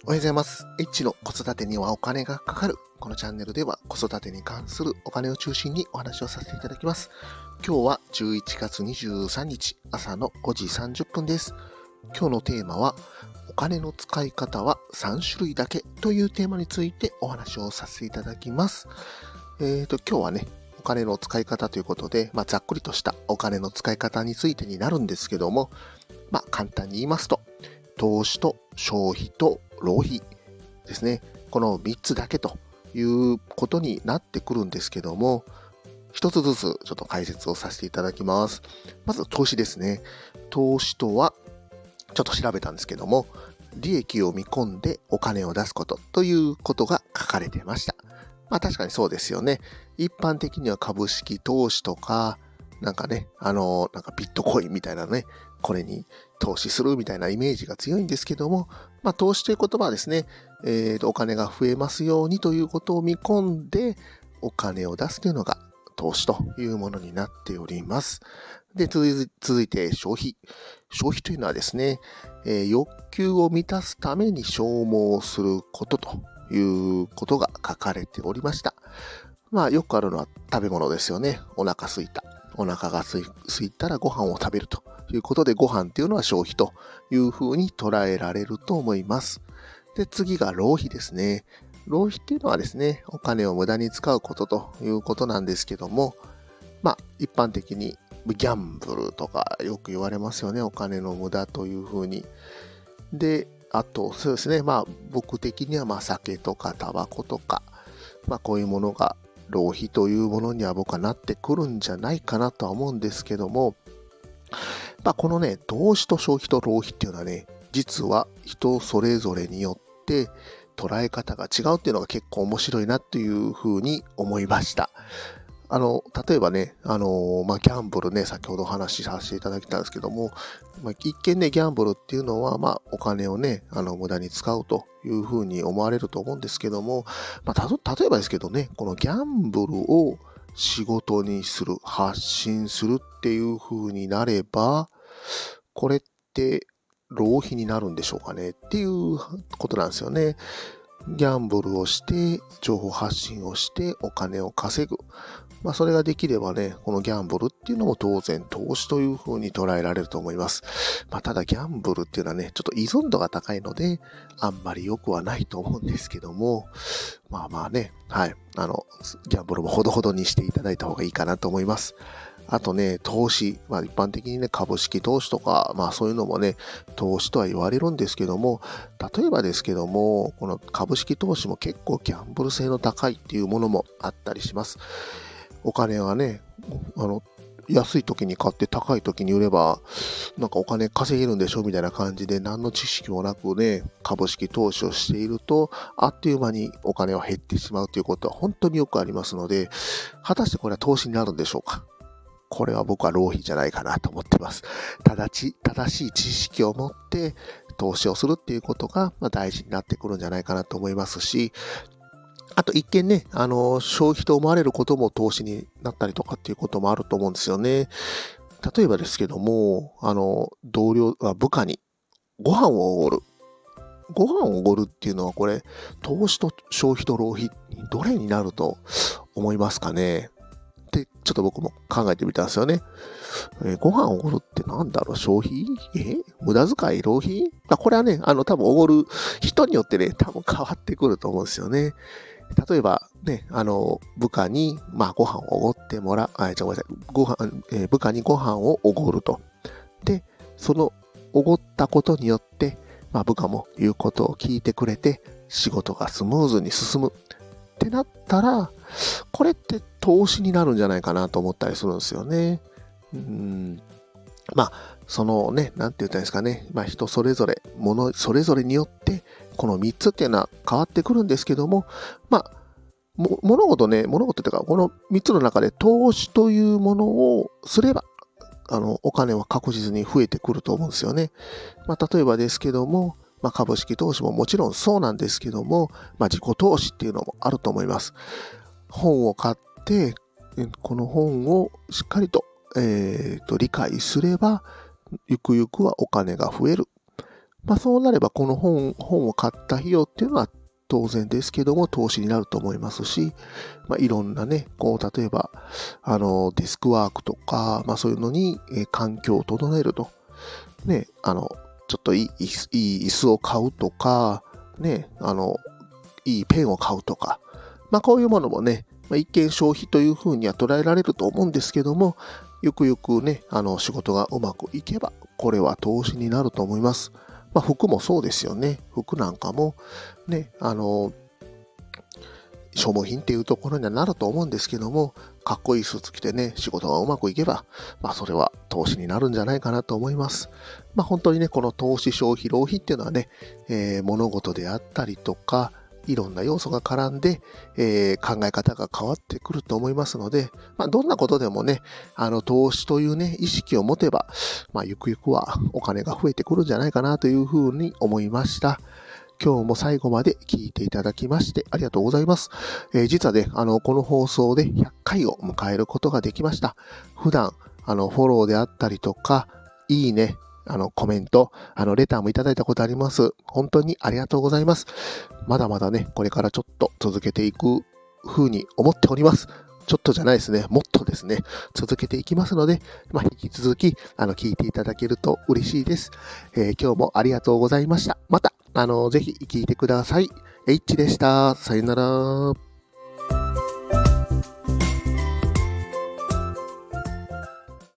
おはようございます。H の子育てにはお金がかかる。このチャンネルでは子育てに関するお金を中心にお話をさせていただきます。今日は11月23日朝の5時30分です。今日のテーマはお金の使い方は3種類だけというテーマについてお話をさせていただきます。今日はね、お金の使い方ということで、ざっくりとしたお金の使い方についてになるんですけども、簡単に言いますと、投資と消費と浪費ですね。この3つだけということになってくるんですけども、一つずつちょっと解説をさせていただきます。まず投資ですね。投資とは、ちょっと調べたんですけども、利益を見込んでお金を出すことということが書かれてました。確かにそうですよね。一般的には株式投資とか、ビットコインみたいなね、これに投資するみたいなイメージが強いんですけども、投資という言葉はですね、お金が増えますようにということを見込んでお金を出すというのが投資というものになっております。で、続いて消費。消費というのはですね、欲求を満たすために消耗することということが書かれておりました。よくあるのは食べ物ですよね。お腹空いた。お腹が空いたらご飯を食べるということで、ご飯っていうのは消費というふうに捉えられると思います。で、次が浪費ですね。浪費っていうのはですね、お金を無駄に使うことということなんですけども、一般的にギャンブルとかよく言われますよね。お金の無駄というふうに。で、あと、そうですね。僕的には酒とかタバコとか、こういうものが浪費というものには僕はなってくるんじゃないかなとは思うんですけども、このね、投資と消費と浪費っていうのはね、実は人それぞれによって捉え方が違うっていうのが結構面白いなっていうふうに思いました。例えばね、ギャンブルね、先ほどお話しさせていただきたんですけども、一見ね、ギャンブルっていうのは、お金をね、無駄に使うというふうに思われると思うんですけども、例えばですけどね、このギャンブルを仕事にする、発信するっていうふうになれば、これって浪費になるんでしょうかねっていうことなんですよね。ギャンブルをして、情報発信をして、お金を稼ぐ。それができればね、このギャンブルっていうのも当然投資という風に捉えられると思います。ただギャンブルっていうのはね、ちょっと依存度が高いので、あんまり良くはないと思うんですけども、ね、はい。ギャンブルもほどほどにしていただいた方がいいかなと思います。あとね、投資。一般的にね、株式投資とか、そういうのもね、投資とは言われるんですけども、例えばですけども、この株式投資も結構ギャンブル性の高いっていうものもあったりします。お金はね、安い時に買って高い時に売れば、お金稼げるんでしょみたいな感じで何の知識もなくね、株式投資をしていると、あっという間にお金は減ってしまうということは本当によくありますので、果たしてこれは投資になるんでしょうか？これは僕は浪費じゃないかなと思ってます。正しい知識を持って投資をするっていうことが大事になってくるんじゃないかなと思いますし、あと一見ね、消費と思われることも投資になったりとかっていうこともあると思うんですよね。例えばですけども、部下にご飯をおごる。ご飯をおごるっていうのはこれ、投資と消費と浪費、どれになると思いますかね？ってちょっと僕も考えてみたんですよね。ご飯をおごるってなんだろう、消費？無駄遣い？浪費？これはね、多分おごる人によってね、多分変わってくると思うんですよね。例えばね、部下に、ご飯をおごってもらう、ごめんなさい、部下にご飯をおごると。で、そのおごったことによって、部下も言うことを聞いてくれて、仕事がスムーズに進むってなったら、これって投資になるんじゃないかなと思ったりするんですよね。そのね、なんて言ったらいいですかね。人それぞれ、物それぞれによって、この3つっていうのは変わってくるんですけども、物事というか、この3つの中で投資というものをすれば、お金は確実に増えてくると思うんですよね。例えばですけども、株式投資ももちろんそうなんですけども、自己投資っていうのもあると思います。本を買って、この本をしっかりと、理解すれば、ゆくゆくはお金が増える。 そうなればこの本を買った費用っていうのは当然ですけども投資になると思いますし、いろんなね、例えば、デスクワークとか、そういうのに、環境を整えると。ね、ちょっといい椅子を買うとか、ね、いいペンを買うとか、こういうものもね、一見消費というふうには捉えられると思うんですけども、よくよくね、仕事がうまくいけば、これは投資になると思います。服もそうですよね。服なんかも、ね、消耗品っていうところにはなると思うんですけども、かっこいいスーツ着てね、仕事がうまくいけば、それは投資になるんじゃないかなと思います。本当にね、この投資、消費、浪費っていうのはね、物事であったりとか、いろんな要素が絡んで、考え方が変わってくると思いますので、どんなことでもね、投資というね、意識を持てば、ゆくゆくはお金が増えてくるんじゃないかなというふうに思いました。今日も最後まで聞いていただきましてありがとうございます。実はね、この放送で100回を迎えることができました。普段、フォローであったりとか、いいね、コメント、レターもいただいたことあります。本当にありがとうございます。まだまだね、これからちょっと続けていく風に思っております。ちょっとじゃないですね。もっとですね、続けていきますので、引き続き、聞いていただけると嬉しいです。今日もありがとうございました。また、ぜひ聞いてください。H でした。さよなら。